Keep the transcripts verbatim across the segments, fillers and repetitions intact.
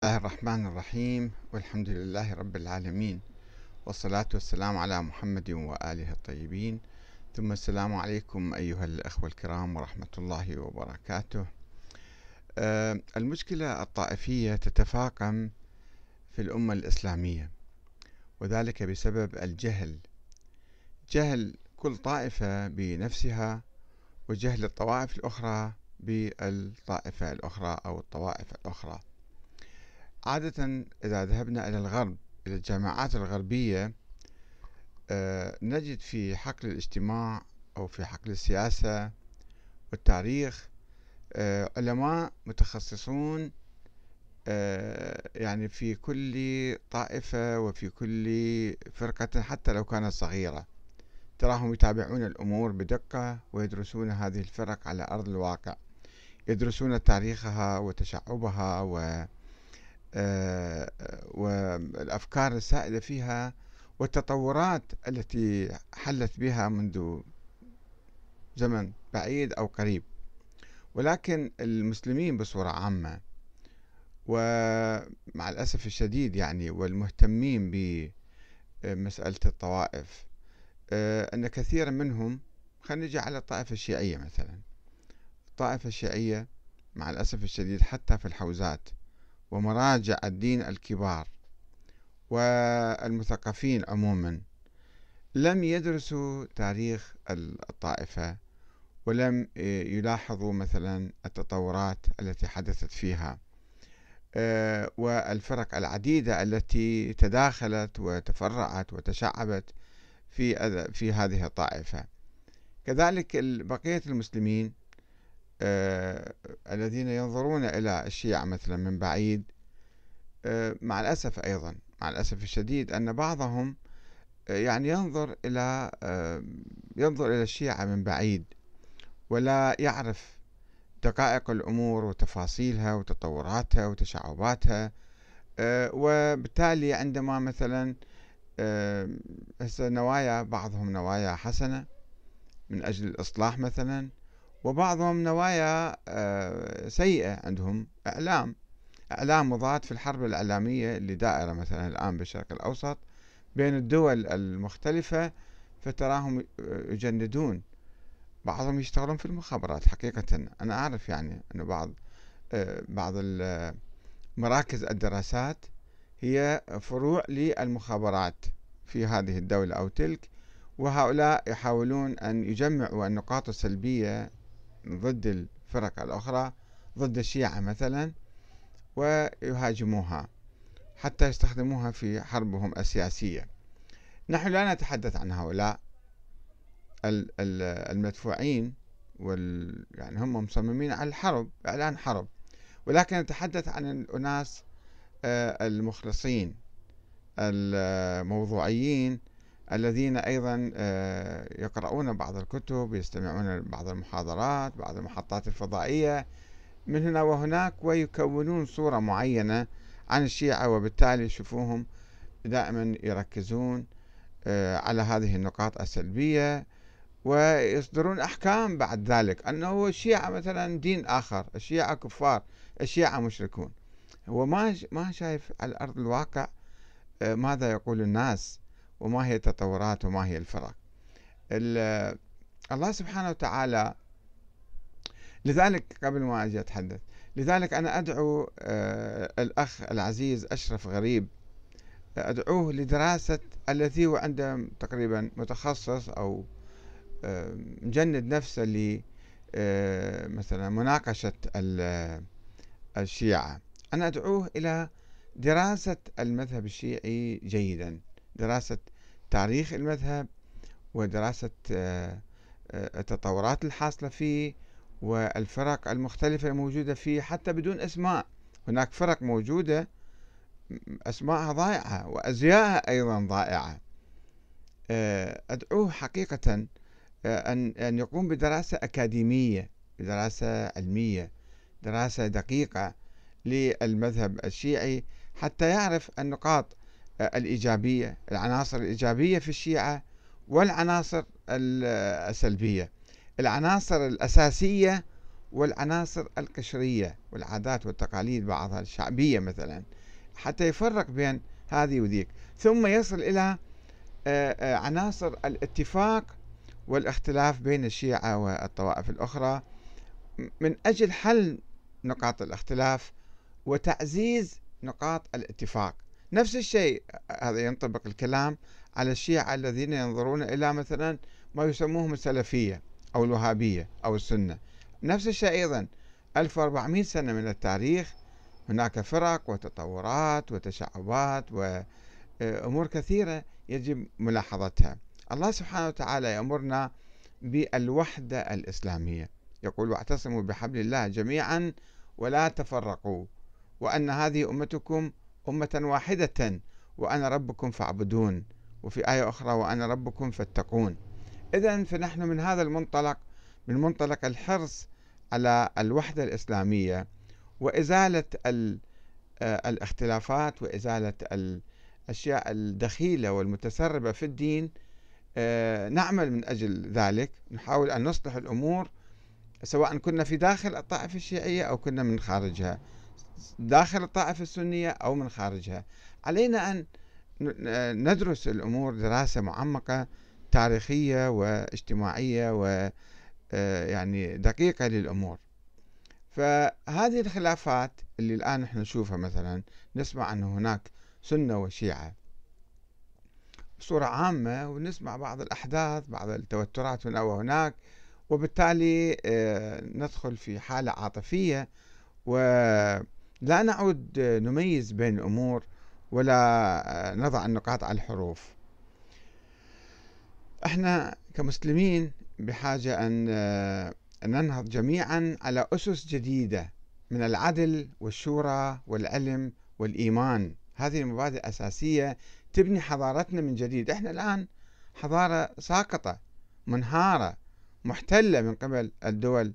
الله الرحمن الرحيم، والحمد لله رب العالمين، والصلاة والسلام على محمد وآله الطيبين، ثم السلام عليكم أيها الأخوة الكرام ورحمة الله وبركاته. آه، المشكلة الطائفية تتفاقم في الأمة الإسلامية، وذلك بسبب الجهل، جهل كل طائفة بنفسها، وجهل الطوائف الأخرى بالطائفة الأخرى أو الطوائف الأخرى. عادة إذا ذهبنا إلى الغرب، إلى الجامعات الغربية، آه، نجد في حقل الاجتماع أو في حقل السياسة والتاريخ آه، علماء متخصصون، آه، يعني في كل طائفة وفي كل فرقة حتى لو كانت صغيرة، تراهم يتابعون الأمور بدقة ويدرسون هذه الفرق على أرض الواقع، يدرسون تاريخها وتشعبها و آه، والأفكار السائدة فيها والتطورات التي حلت بها منذ زمن بعيد أو قريب. ولكن المسلمين بصورة عامة، ومع الأسف الشديد يعني، والمهتمين بمسألة الطوائف، آه، أن كثيرا منهم، خلينا نجي على الطائفة الشيعية مثلا. الطائفة الشيعية مع الأسف الشديد حتى في الحوزات ومراجع الدين الكبار والمثقفين عموما لم يدرسوا تاريخ الطائفة، ولم يلاحظوا مثلا التطورات التي حدثت فيها والفرق العديدة التي تداخلت وتفرعت وتشعبت في في هذه الطائفة. كذلك بقية المسلمين الذين ينظرون إلى الشيعة مثلا من بعيد، مع الأسف أيضا مع الأسف الشديد أن بعضهم يعني ينظر إلى ينظر إلى الشيعة من بعيد ولا يعرف دقائق الأمور وتفاصيلها وتطوراتها وتشعباتها، وبالتالي عندما مثلا هسه نوايا بعضهم نوايا حسنة من أجل الإصلاح مثلا، وبعضهم نوايا سيئة، عندهم إعلام إعلام مضاد في الحرب الإعلامية اللي دائرة مثلا الآن بالشرق الأوسط بين الدول المختلفة، فتراهم يجندون. بعضهم يشتغلون في المخابرات حقيقة، أنا أعرف يعني أن بعض بعض مراكز الدراسات هي فروع للمخابرات في هذه الدولة أو تلك، وهؤلاء يحاولون أن يجمعوا النقاط السلبية ضد الفرق الأخرى، ضد الشيعة مثلا، ويهاجموها حتى يستخدموها في حربهم السياسية. نحن لا نتحدث عن هؤلاء المدفوعين وال يعني هم مصممين على الحرب، إعلان حرب، ولكن نتحدث عن الأناس المخلصين الموضوعيين الذين أيضا يقرؤون بعض الكتب، يستمعون بعض المحاضرات، بعض المحطات الفضائية من هنا وهناك، ويكونون صورة معينة عن الشيعة، وبالتالي يشوفوهم دائما يركزون على هذه النقاط السلبية، ويصدرون أحكام بعد ذلك أنه الشيعة مثلا دين آخر، الشيعة كفار، الشيعة مشركون. هو ما ما شايف على أرض الواقع ماذا يقول الناس، وما هي التطورات، وما هي الفرق. الله سبحانه وتعالى، لذلك قبل ما أجي أتحدث، لذلك أنا أدعو الأخ العزيز أشرف غريب، أدعوه لدراسة الذي هو عنده تقريبا متخصص أو مجند نفسه ل مثلا مناقشة الشيعة. أنا أدعوه إلى دراسة المذهب الشيعي جيدا، دراسة تاريخ المذهب، ودراسة التطورات الحاصلة فيه، والفرق المختلفة الموجودة فيه، حتى بدون أسماء. هناك فرق موجودة أسماءها ضائعة وأزياءها أيضا ضائعة. أدعوه حقيقة أن أن يقوم بدراسة أكاديمية، بدراسة علمية، دراسة دقيقة للمذهب الشيعي، حتى يعرف النقاط الإيجابية، العناصر الإيجابية في الشيعة، والعناصر السلبية، العناصر الأساسية والعناصر القشرية والعادات والتقاليد بعضها الشعبية مثلا، حتى يفرق بين هذه وذيك، ثم يصل إلى عناصر الاتفاق والاختلاف بين الشيعة والطوائف الأخرى من أجل حل نقاط الاختلاف وتعزيز نقاط الاتفاق. نفس الشيء هذا ينطبق الكلام على الشيعة الذين ينظرون إلى مثلا ما يسموهم السلفية أو الوهابية أو السنة. نفس الشيء أيضا ألف وأربعمئة سنة من التاريخ هناك فرق وتطورات وتشعبات وأمور كثيرة يجب ملاحظتها. الله سبحانه وتعالى يأمرنا بالوحدة الإسلامية، يقول: واعتصموا بحبل الله جميعا ولا تفرقوا، وأن هذه أمتكم أمة واحدة وأنا ربكم فاعبدون، وفي آية أخرى: وأنا ربكم فاتقون. إذن فنحن من هذا المنطلق، من منطلق الحرص على الوحدة الإسلامية وإزالة الاختلافات وإزالة الأشياء الدخيلة والمتسربة في الدين، نعمل من أجل ذلك، نحاول أن نصلح الأمور سواء كنا في داخل الطائفة الشيعية أو كنا من خارجها، داخل الطائفة السنية أو من خارجها. علينا أن ندرس الأمور دراسة معمقة تاريخية واجتماعية ويعني دقيقة للأمور. فهذه الخلافات اللي الآن نحن نشوفها، مثلا نسمع أن هناك سنة وشيعة بصورة عامة، ونسمع بعض الأحداث بعض التوترات هنا وهناك، وبالتالي ندخل في حالة عاطفية ولا نعود نميز بين الأمور ولا نضع النقاط على الحروف. احنا كمسلمين بحاجة أن ننهض جميعا على أسس جديدة من العدل والشورى والعلم والإيمان. هذه المبادئ أساسية تبني حضارتنا من جديد. احنا الآن حضارة ساقطة منهارة محتلة من قبل الدول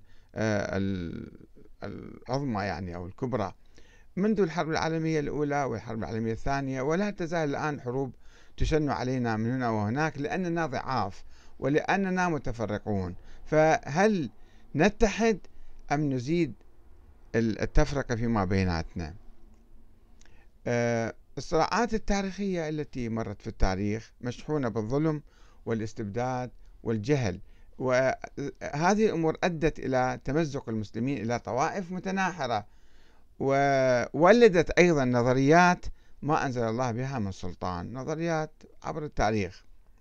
العظمى يعني أو الكبرى منذ الحرب العالمية الأولى والحرب العالمية الثانية، ولا تزال الآن حروب تشن علينا من هنا وهناك لأننا ضعاف ولأننا متفرقون. فهل نتحد أم نزيد التفرقة فيما بيناتنا؟ الصراعات التاريخية التي مرت في التاريخ مشحونة بالظلم والاستبداد والجهل، وهذه الأمور أدت إلى تمزق المسلمين إلى طوائف متناحرة، وولدت أيضا نظريات ما أنزل الله بها من سلطان، نظريات عبر التاريخ.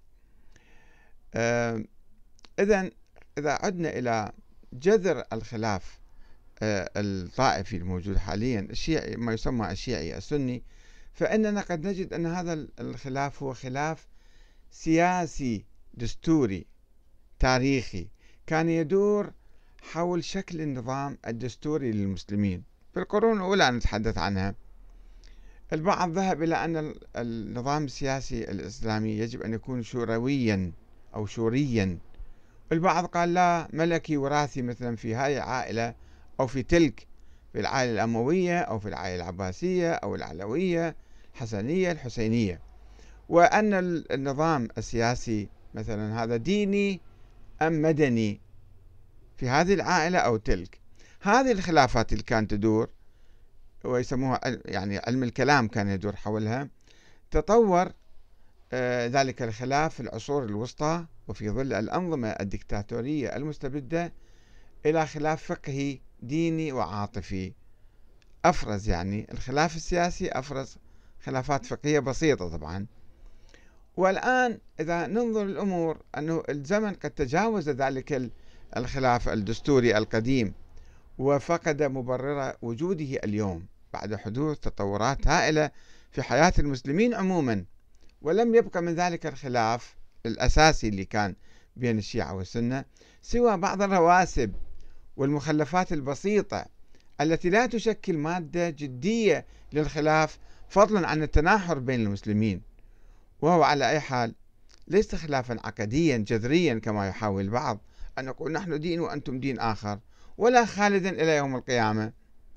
إذن إذا عدنا إلى جذر الخلاف الطائفي الموجود حاليا، الشيعي ما يسمى الشيعي السني، فإننا قد نجد أن هذا الخلاف هو خلاف سياسي دستوري تاريخي كان يدور حول شكل النظام الدستوري للمسلمين في القرون الأولى نتحدث عنها. البعض ذهب إلى أن النظام السياسي الإسلامي يجب أن يكون شورويا أو شوريا، البعض قال لا، ملكي وراثي، مثلا في هذه العائلة أو في تلك، في العائلة الأموية أو في العائلة العباسية أو العلوية الحسنية الحسينية، وأن النظام السياسي مثلا هذا ديني أم مدني في هذه العائلة أو تلك. هذه الخلافات اللي كانت تدور ويسموها يعني علم الكلام كان يدور حولها، تطور ذلك الخلاف في العصور الوسطى وفي ظل الأنظمة الدكتاتورية المستبدة إلى خلاف فقهي ديني وعاطفي. أفرز يعني الخلاف السياسي أفرز خلافات فقهية بسيطة طبعا. والآن إذا ننظر الأمور أنه الزمن قد تجاوز ذلك الخلاف الدستوري القديم وفقد مبرر وجوده اليوم بعد حدوث تطورات هائلة في حياة المسلمين عموما، ولم يبقى من ذلك الخلاف الأساسي اللي كان بين الشيعة والسنة سوى بعض الرواسب والمخلفات البسيطة التي لا تشكل مادة جدية للخلاف فضلا عن التناحر بين المسلمين. وهو على أي حال ليس خلافا عقديا جذريا كما يحاول البعض أن نقول نحن دين وأنتم دين آخر، ولا خالدا إلى يوم القيامة،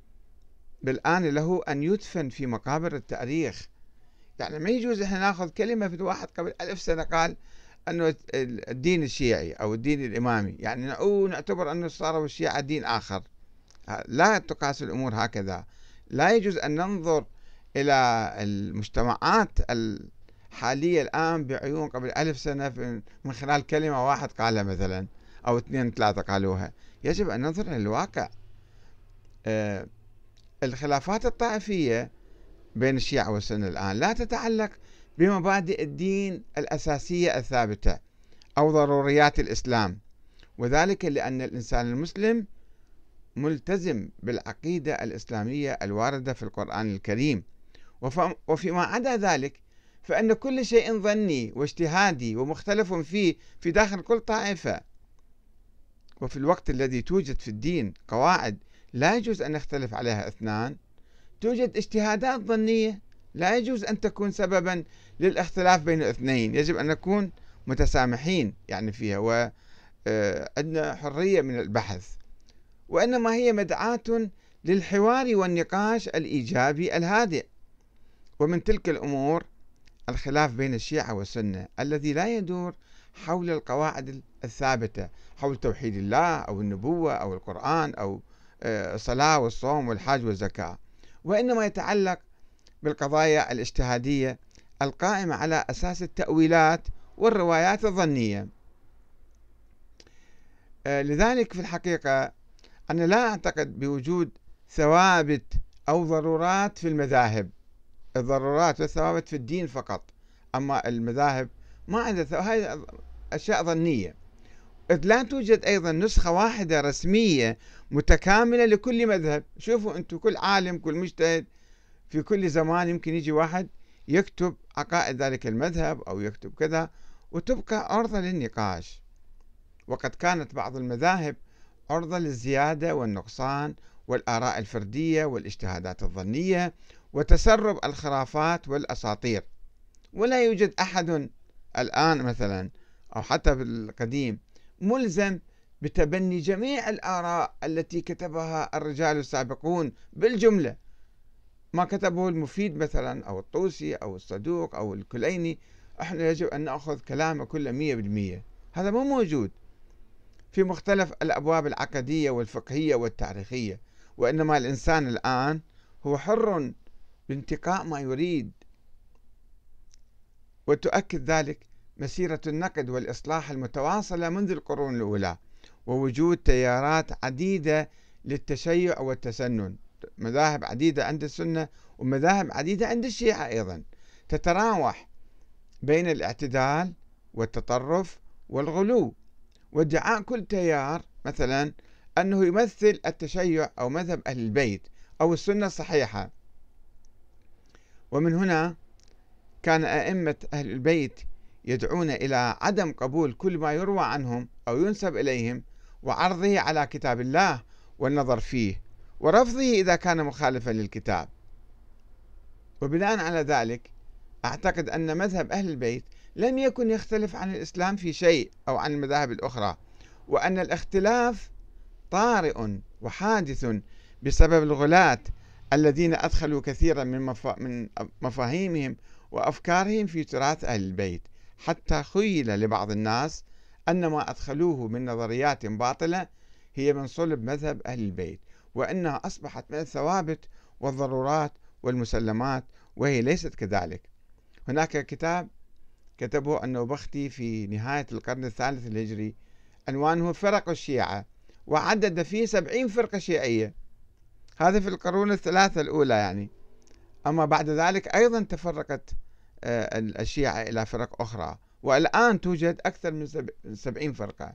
بالآن له أن يدفن في مقابر التاريخ. يعني ما يجوز إحنا نأخذ كلمة في واحد قبل ألف سنة قال أنه الدين الشيعي أو الدين الإمامي، يعني نعتبر أنه صاروا الشيعة دين آخر. لا تقاس الأمور هكذا. لا يجوز أن ننظر إلى المجتمعات الحالية الآن بعيون قبل ألف سنة من خلال كلمة واحد قالها مثلا، أو اثنين ثلاثة قالوها. يجب أن ننظر إلى الواقع. آه الخلافات الطائفية بين الشيعة والسنة الآن لا تتعلق بمبادئ الدين الأساسية الثابتة أو ضروريات الإسلام، وذلك لأن الإنسان المسلم ملتزم بالعقيدة الإسلامية الواردة في القرآن الكريم، وفيما عدا ذلك فإن كل شيء ظني واجتهادي ومختلف فيه في داخل كل طائفة. وفي الوقت الذي توجد في الدين قواعد لا يجوز أن نختلف عليها اثنان، توجد اجتهادات ظنية لا يجوز أن تكون سببا للاختلاف بين الاثنين. يجب أن نكون متسامحين يعني فيها، وعندنا حرية من البحث، وإنما هي مدعاة للحوار والنقاش الإيجابي الهادئ. ومن تلك الأمور الخلاف بين الشيعة والسنة الذي لا يدور حول القواعد الثابتة، حول توحيد الله أو النبوة أو القرآن أو الصلاة والصوم والحج والزكاة، وإنما يتعلق بالقضايا الاجتهادية القائمة على أساس التأويلات والروايات الظنية. لذلك في الحقيقة أنا لا أعتقد بوجود ثوابت أو ضرورات في المذاهب. الضرورات والثوابت في الدين فقط، أما المذاهب ما عندها، هذه أشياء ظنية. إذ لا توجد أيضا نسخة واحدة رسمية متكاملة لكل مذهب. شوفوا أنتم، كل عالم كل مجتهد في كل زمان يمكن يجي واحد يكتب عقائد ذلك المذهب أو يكتب كذا، وتبقى عرضة للنقاش. وقد كانت بعض المذاهب عرضة للزيادة والنقصان والآراء الفردية والاجتهادات الظنية وتسرب الخرافات والأساطير. ولا يوجد أحد الآن مثلا أو حتى بالقديم ملزم بتبني جميع الآراء التي كتبها الرجال السابقون بالجملة. ما كتبه المفيد مثلا أو الطوسي أو الصدوق أو الكليني احنا يجب أن نأخذ كلامه كله مية بالمية. هذا مو موجود في مختلف الأبواب العقدية والفقهية والتاريخية، وإنما الإنسان الآن هو حر بانتقاء ما يريد. وتؤكد ذلك مسيرة النقد والإصلاح المتواصلة منذ القرون الأولى، ووجود تيارات عديدة للتشيع والتسنن، مذاهب عديدة عند السنة ومذاهب عديدة عند الشيعة أيضا، تتراوح بين الاعتدال والتطرف والغلو، وادعاء كل تيار مثلا أنه يمثل التشيع أو مذهب أهل البيت أو السنة الصحيحة. ومن هنا كان أئمة أهل البيت يدعون إلى عدم قبول كل ما يروى عنهم أو ينسب إليهم، وعرضه على كتاب الله والنظر فيه، ورفضه إذا كان مخالفا للكتاب. وبناء على ذلك أعتقد أن مذهب أهل البيت لم يكن يختلف عن الإسلام في شيء أو عن المذاهب الأخرى، وأن الاختلاف طارئ وحادث بسبب الغلاة الذين أدخلوا كثيرا من, مفا... من مفاهيمهم وأفكارهم في تراث أهل البيت، حتى خيل لبعض الناس أن ما أدخلوه من نظريات باطلة هي من صلب مذهب أهل البيت، وأنها أصبحت من الثوابت والضرورات والمسلمات، وهي ليست كذلك. هناك كتاب كتبه النوبختي في نهاية القرن الثالث الهجري عنوانه فرق الشيعة، وعدد فيه سبعين فرقة شيعية. هذا في القرون الثلاثة الأولى يعني. أما بعد ذلك أيضا تفرقت الشيعة إلى فرق أخرى، والآن توجد أكثر من سبعين فرقة.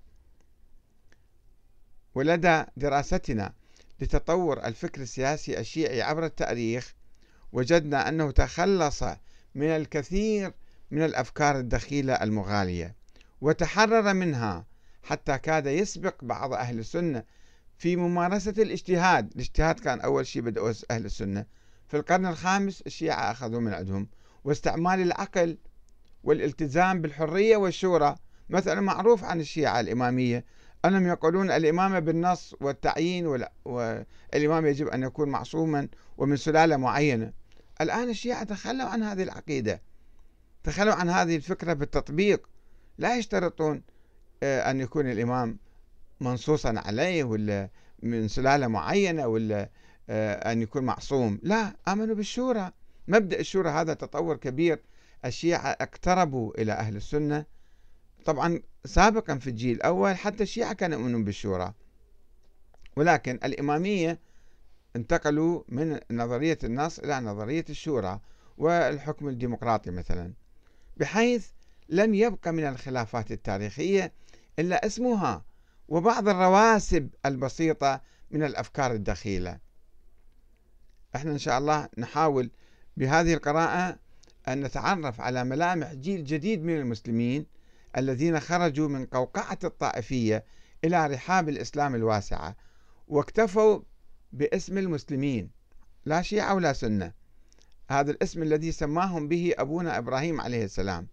ولدى دراستنا لتطور الفكر السياسي الشيعي عبر التاريخ وجدنا أنه تخلص من الكثير من الأفكار الدخيلة المغالية وتحرر منها، حتى كاد يسبق بعض أهل السنة في ممارسة الاجتهاد. الاجتهاد كان أول شيء بدأوا أهل السنة في القرن الخامس، الشيعة أخذوا من عندهم، واستعمال العقل والالتزام بالحرية والشورى. مثلا معروف عن الشيعة الإمامية أنهم يقولون الإمامة بالنص والتعيين، والإمام يجب أن يكون معصوما ومن سلالة معينة. الآن الشيعة تخلوا عن هذه العقيدة، تخلوا عن هذه الفكرة بالتطبيق، لا يشترطون أن يكون الإمام منصوصا عليه ولا من سلالة معينة ولا أن يكون معصوم، لا، آمنوا بالشورى. مبدأ الشورى هذا تطور كبير، الشيعة اقتربوا إلى أهل السنة. طبعا سابقا في الجيل الأول حتى الشيعة كانوا يؤمنون بالشورى، ولكن الإمامية انتقلوا من نظرية النص إلى نظرية الشورى والحكم الديمقراطي مثلا، بحيث لم يبقى من الخلافات التاريخية إلا اسمها وبعض الرواسب البسيطة من الأفكار الدخيلة. احنا إن شاء الله نحاول بهذه القراءة أن نتعرف على ملامح جيل جديد من المسلمين الذين خرجوا من قوقعة الطائفية إلى رحاب الإسلام الواسعة، واكتفوا باسم المسلمين، لا شيعة ولا سنة، هذا الاسم الذي سماهم به أبونا إبراهيم عليه السلام.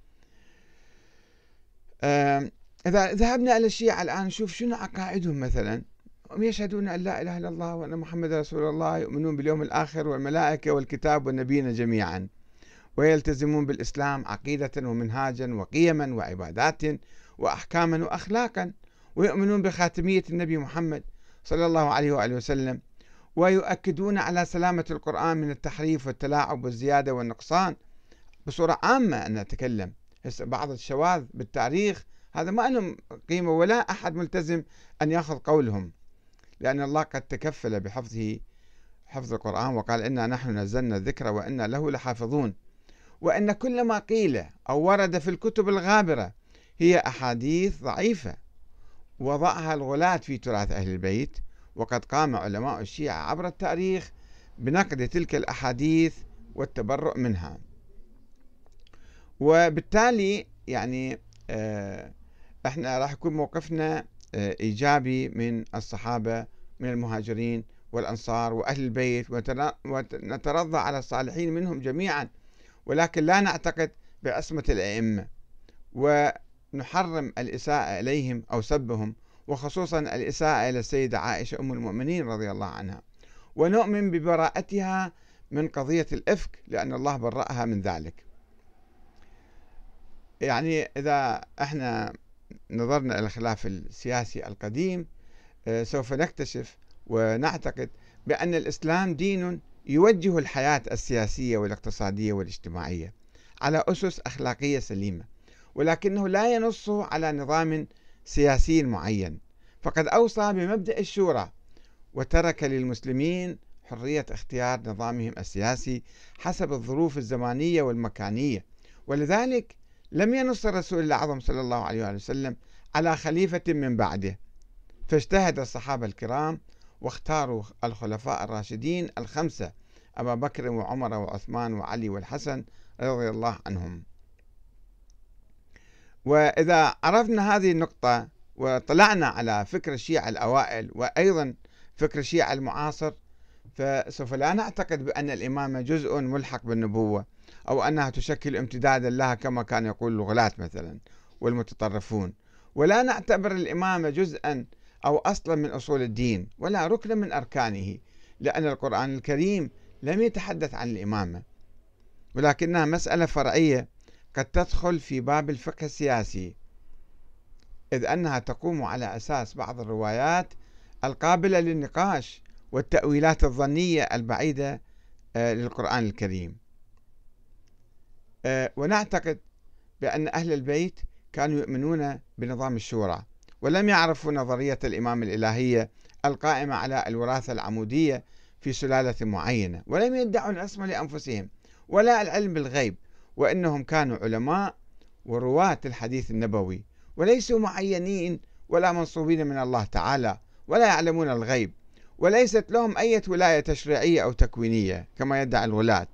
إذا ذهبنا إلى الشيعة الآن نشوف شنو عقائدهم مثلا. هم يشهدون أن لا إله إلا الله وأن محمد رسول الله، يؤمنون باليوم الآخر والملائكة والكتاب والنبيين جميعا، ويلتزمون بالإسلام عقيدة ومنهاجا وقيما وعبادات وأحكاما وأخلاقا، ويؤمنون بخاتمية النبي محمد صلى الله عليه وآله وسلم، ويؤكدون على سلامة القرآن من التحريف والتلاعب والزيادة والنقصان. بصورة عامة أن نتكلم هسه بعض الشواذ بالتاريخ هذا ما لهم قيمة، ولا أحد ملتزم أن يأخذ قولهم، لأن الله قد تكفل بحفظه حفظ القرآن، وقال إنا نحن نزلنا الذكر وإنا له لحافظون، وأن كل ما قيل أو ورد في الكتب الغابرة هي أحاديث ضعيفة وضعها الغلاة في تراث أهل البيت. وقد قام علماء الشيعة عبر التاريخ بنقد تلك الأحاديث والتبرؤ منها. وبالتالي يعني احنا راح يكون موقفنا إيجابي من الصحابة من المهاجرين والأنصار وأهل البيت، ونترضى على الصالحين منهم جميعا، ولكن لا نعتقد بعصمة الأئمة، ونحرم الإساءة إليهم أو سبهم، وخصوصا الإساءة إلى السيدة عائشة أم المؤمنين رضي الله عنها، ونؤمن ببراءتها من قضية الإفك لأن الله برأها من ذلك. يعني إذا احنا نظرنا إلى الخلاف السياسي القديم سوف نكتشف ونعتقد بأن الإسلام دين يوجه الحياة السياسية والاقتصادية والاجتماعية على أسس أخلاقية سليمة، ولكنه لا ينص على نظام سياسي معين، فقد أوصى بمبدأ الشورى وترك للمسلمين حرية اختيار نظامهم السياسي حسب الظروف الزمانية والمكانية. ولذلك لم ينص الرسول الأعظم صلى الله عليه وسلم على خليفة من بعده، فاجتهد الصحابة الكرام واختاروا الخلفاء الراشدين الخمسة أبا بكر وعمر وعثمان وعلي والحسن رضي الله عنهم. وإذا عرفنا هذه النقطة وطلعنا على فكر الشيعة الأوائل وأيضا فكر الشيعة المعاصر، فسوف لا نعتقد بأن الإمامة جزء ملحق بالنبوة أو أنها تشكل امتدادا لها كما كان يقول الغلاة مثلا والمتطرفون، ولا نعتبر الإمامة جزءا أو أصلا من أصول الدين ولا ركنا من أركانه، لأن القرآن الكريم لم يتحدث عن الإمامة، ولكنها مسألة فرعية قد تدخل في باب الفقه السياسي، إذ أنها تقوم على أساس بعض الروايات القابلة للنقاش والتأويلات الظنية البعيدة للقرآن الكريم. ونعتقد بأن أهل البيت كانوا يؤمنون بنظام الشورى، ولم يعرفوا نظرية الإمام الإلهية القائمة على الوراثة العمودية في سلالة معينة، ولم يدعوا العصمة لأنفسهم ولا العلم بالغيب، وإنهم كانوا علماء ورواة الحديث النبوي، وليسوا معينين ولا منصوبين من الله تعالى، ولا يعلمون الغيب، وليست لهم أي ولاية تشريعية أو تكوينية كما يدعي الغلاة.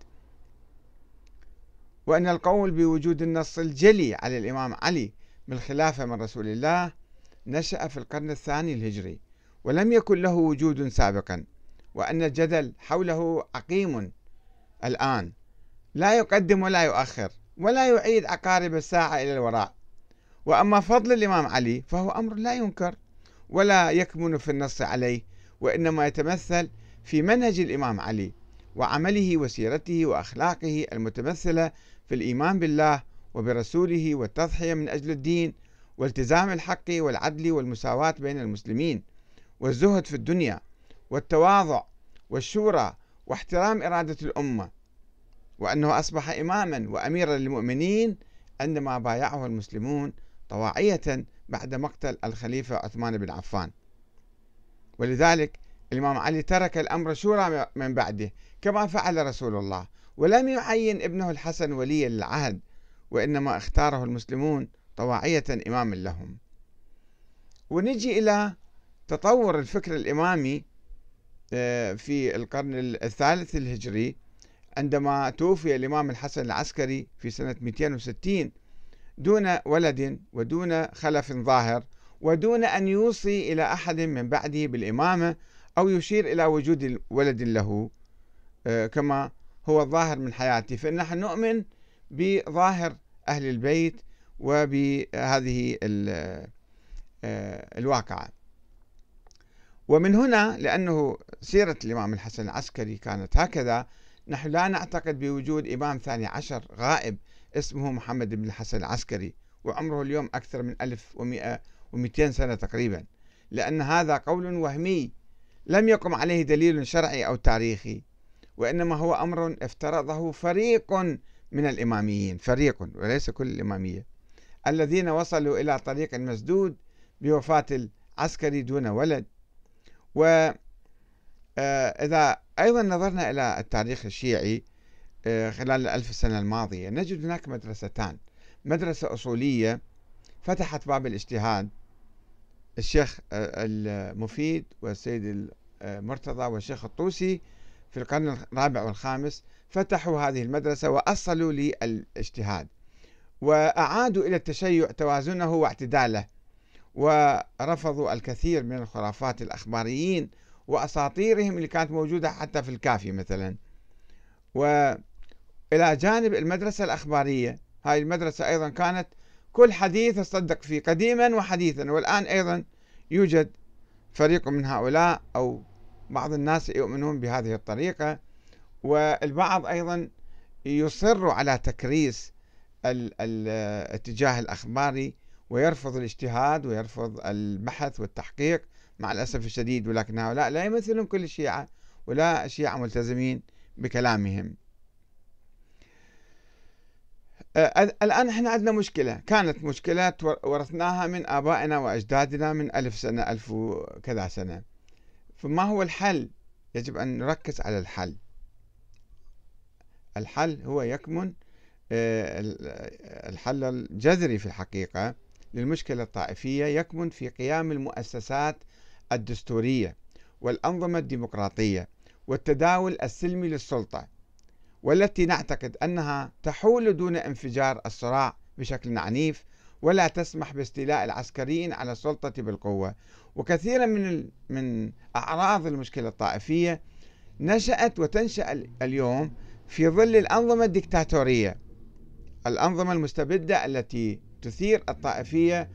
وأن القول بوجود النص الجلي على الإمام علي بالخلافة من رسول الله نشأ في القرن الثاني الهجري ولم يكن له وجود سابقا، وأن الجدل حوله عقيم الآن لا يقدم ولا يؤخر ولا يعيد عقارب الساعة إلى الوراء. وأما فضل الإمام علي فهو أمر لا ينكر ولا يكمن في النص عليه، وإنما يتمثل في منهج الإمام علي وعمله وسيرته وأخلاقه المتمثلة في الإيمان بالله وبرسوله والتضحية من أجل الدين والتزام الحق والعدل والمساواة بين المسلمين والزهد في الدنيا والتواضع والشورى واحترام إرادة الأمة، وأنه أصبح إماما وأميرا للمؤمنين عندما بايعه المسلمون طواعية بعد مقتل الخليفة عثمان بن عفان. ولذلك الإمام علي ترك الأمر شورى من بعده كما فعل رسول الله، ولم يعين ابنه الحسن وليا للعهد، وإنما اختاره المسلمون طواعية إماما لهم. ونجي إلى تطور الفكر الإمامي في القرن الثالث الهجري، عندما توفي الإمام الحسن العسكري في سنة مئتين وستين دون ولد ودون خلف ظاهر، ودون أن يوصي إلى أحد من بعده بالإمامة أو يشير إلى وجود ولد له كما هو الظاهر من حياته. فنحن نؤمن بظاهر أهل البيت وبهذه الواقعة. ومن هنا، لأنه سيرة الإمام الحسن العسكري كانت هكذا، نحن لا نعتقد بوجود إمام ثاني عشر غائب اسمه محمد بن الحسن العسكري، وعمره اليوم أكثر من ألف ومئة ومئتين سنة تقريبا، لأن هذا قول وهمي لم يقم عليه دليل شرعي أو تاريخي، وإنما هو أمر افترضه فريق من الإماميين، فريق وليس كل الإمامية، الذين وصلوا إلى طريق مسدود بوفاة العسكري دون ولد. وإذا أيضا نظرنا إلى التاريخ الشيعي خلال الألف سنة الماضية، نجد هناك مدرستان: مدرسة أصولية فتحت باب الاجتهاد، الشيخ المفيد والسيد المرتضى والشيخ الطوسي في القرن الرابع والخامس فتحوا هذه المدرسة وأصلوا للاجتهاد، وأعادوا إلى التشيع توازنه واعتداله، ورفضوا الكثير من الخرافات الأخباريين وأساطيرهم اللي كانت موجودة حتى في الكافي مثلا. وإلى جانب المدرسة الأخبارية، هاي المدرسة أيضا كانت كل حديث تصدق فيه قديما وحديثا، والآن أيضا يوجد فريق من هؤلاء أو بعض الناس يؤمنون بهذه الطريقة، والبعض أيضا يصر على تكريس الاتجاه الأخباري ويرفض الاجتهاد ويرفض البحث والتحقيق مع الأسف الشديد. ولكن هؤلاء لا يمثلون كل الشيعة، ولا الشيعة ملتزمين بكلامهم. الآن احنا عندنا مشكلة، كانت مشكلة ورثناها من آبائنا وأجدادنا من ألف سنة، ألف وكذا سنة. فما هو الحل؟ يجب أن نركز على الحل. الحل هو يكمن الحل الجذري في الحقيقة للمشكلة الطائفية يكمن في قيام المؤسسات الدستورية والأنظمة الديمقراطية والتداول السلمي للسلطة، والتي نعتقد أنها تحول دون انفجار الصراع بشكل عنيف، ولا تسمح باستيلاء العسكريين على السلطة بالقوة. وكثيرا من من أعراض المشكلة الطائفية نشأت وتنشأ اليوم في ظل الأنظمة الدكتاتورية، الأنظمة المستبدة التي تثير الطائفية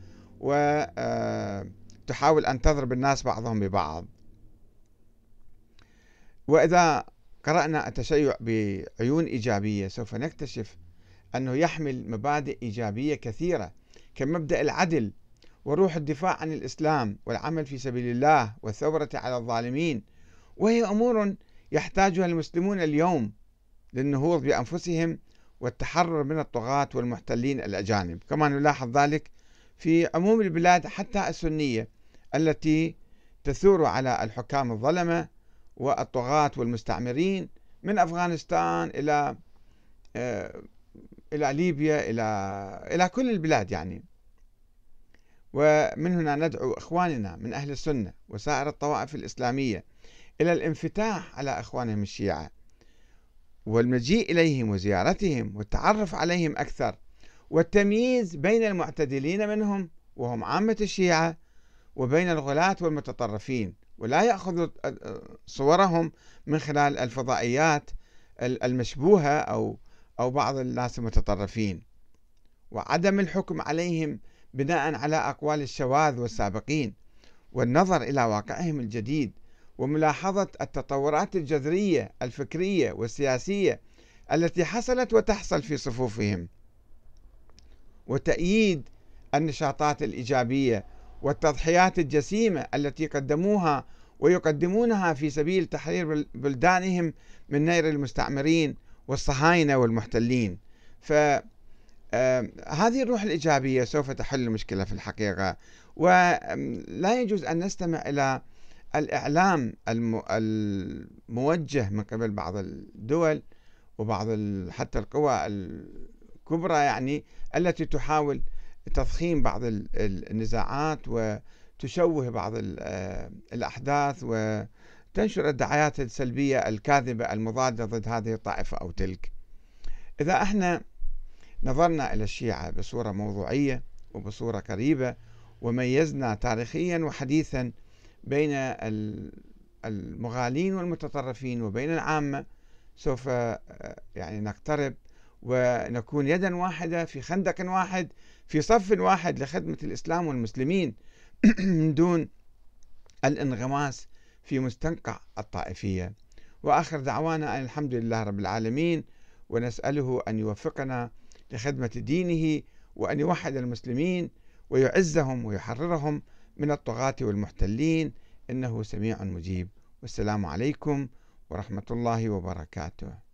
وتحاول أن تضرب الناس بعضهم ببعض. وإذا قرأنا التشيع بعيون إيجابية سوف نكتشف أنه يحمل مبادئ إيجابية كثيرة، كمبدأ العدل وروح الدفاع عن الإسلام والعمل في سبيل الله والثورة على الظالمين، وهي أمور يحتاجها المسلمون اليوم للنهوض بأنفسهم والتحرر من الطغاة والمحتلين الأجانب، كما نلاحظ ذلك في عموم البلاد حتى السنية التي تثور على الحكام الظلمة والطغاة والمستعمرين، من أفغانستان إلى إلى ليبيا إلى إلى كل البلاد يعني. ومن هنا ندعو إخواننا من أهل السنة وسائر الطوائف الإسلامية إلى الانفتاح على إخوانهم الشيعة والمجيء إليهم وزيارتهم والتعرف عليهم أكثر، والتمييز بين المعتدلين منهم وهم عامة الشيعة وبين الغلاة والمتطرفين، ولا يأخذوا صورهم من خلال الفضائيات المشبوهة أو أو بعض الناس المتطرفين، وعدم الحكم عليهم بناء على أقوال الشواذ والسابقين، والنظر إلى واقعهم الجديد وملاحظة التطورات الجذرية الفكرية والسياسية التي حصلت وتحصل في صفوفهم. وتأييد النشاطات الإيجابية والتضحيات الجسيمة التي قدموها ويقدمونها في سبيل تحرير بلدانهم من نير المستعمرين والصهاينة والمحتلين. فهذه الروح الإيجابية سوف تحل المشكلة في الحقيقة. ولا يجوز أن نستمع إلى الإعلام الموجه من قبل بعض الدول وبعض حتى القوى الكبرى يعني التي تحاول تضخيم بعض النزاعات وتشوه بعض الأحداث وتنشر الدعايات السلبية الكاذبة المضادة ضد هذه الطائفة أو تلك. إذا احنا نظرنا إلى الشيعة بصورة موضوعية وبصورة قريبة وميزنا تاريخيا وحديثا بين المغالين والمتطرفين وبين العامة، سوف يعني نقترب ونكون يدا واحدة في خندق واحد في صف واحد لخدمة الإسلام والمسلمين من دون الانغماس في مستنقع الطائفية. وآخر دعوانا أن الحمد لله رب العالمين، ونسأله أن يوفقنا لخدمة دينه وأن يوحد المسلمين ويعزهم ويحررهم من الطغاة والمحتلين، إنه سميع مجيب. والسلام عليكم ورحمة الله وبركاته.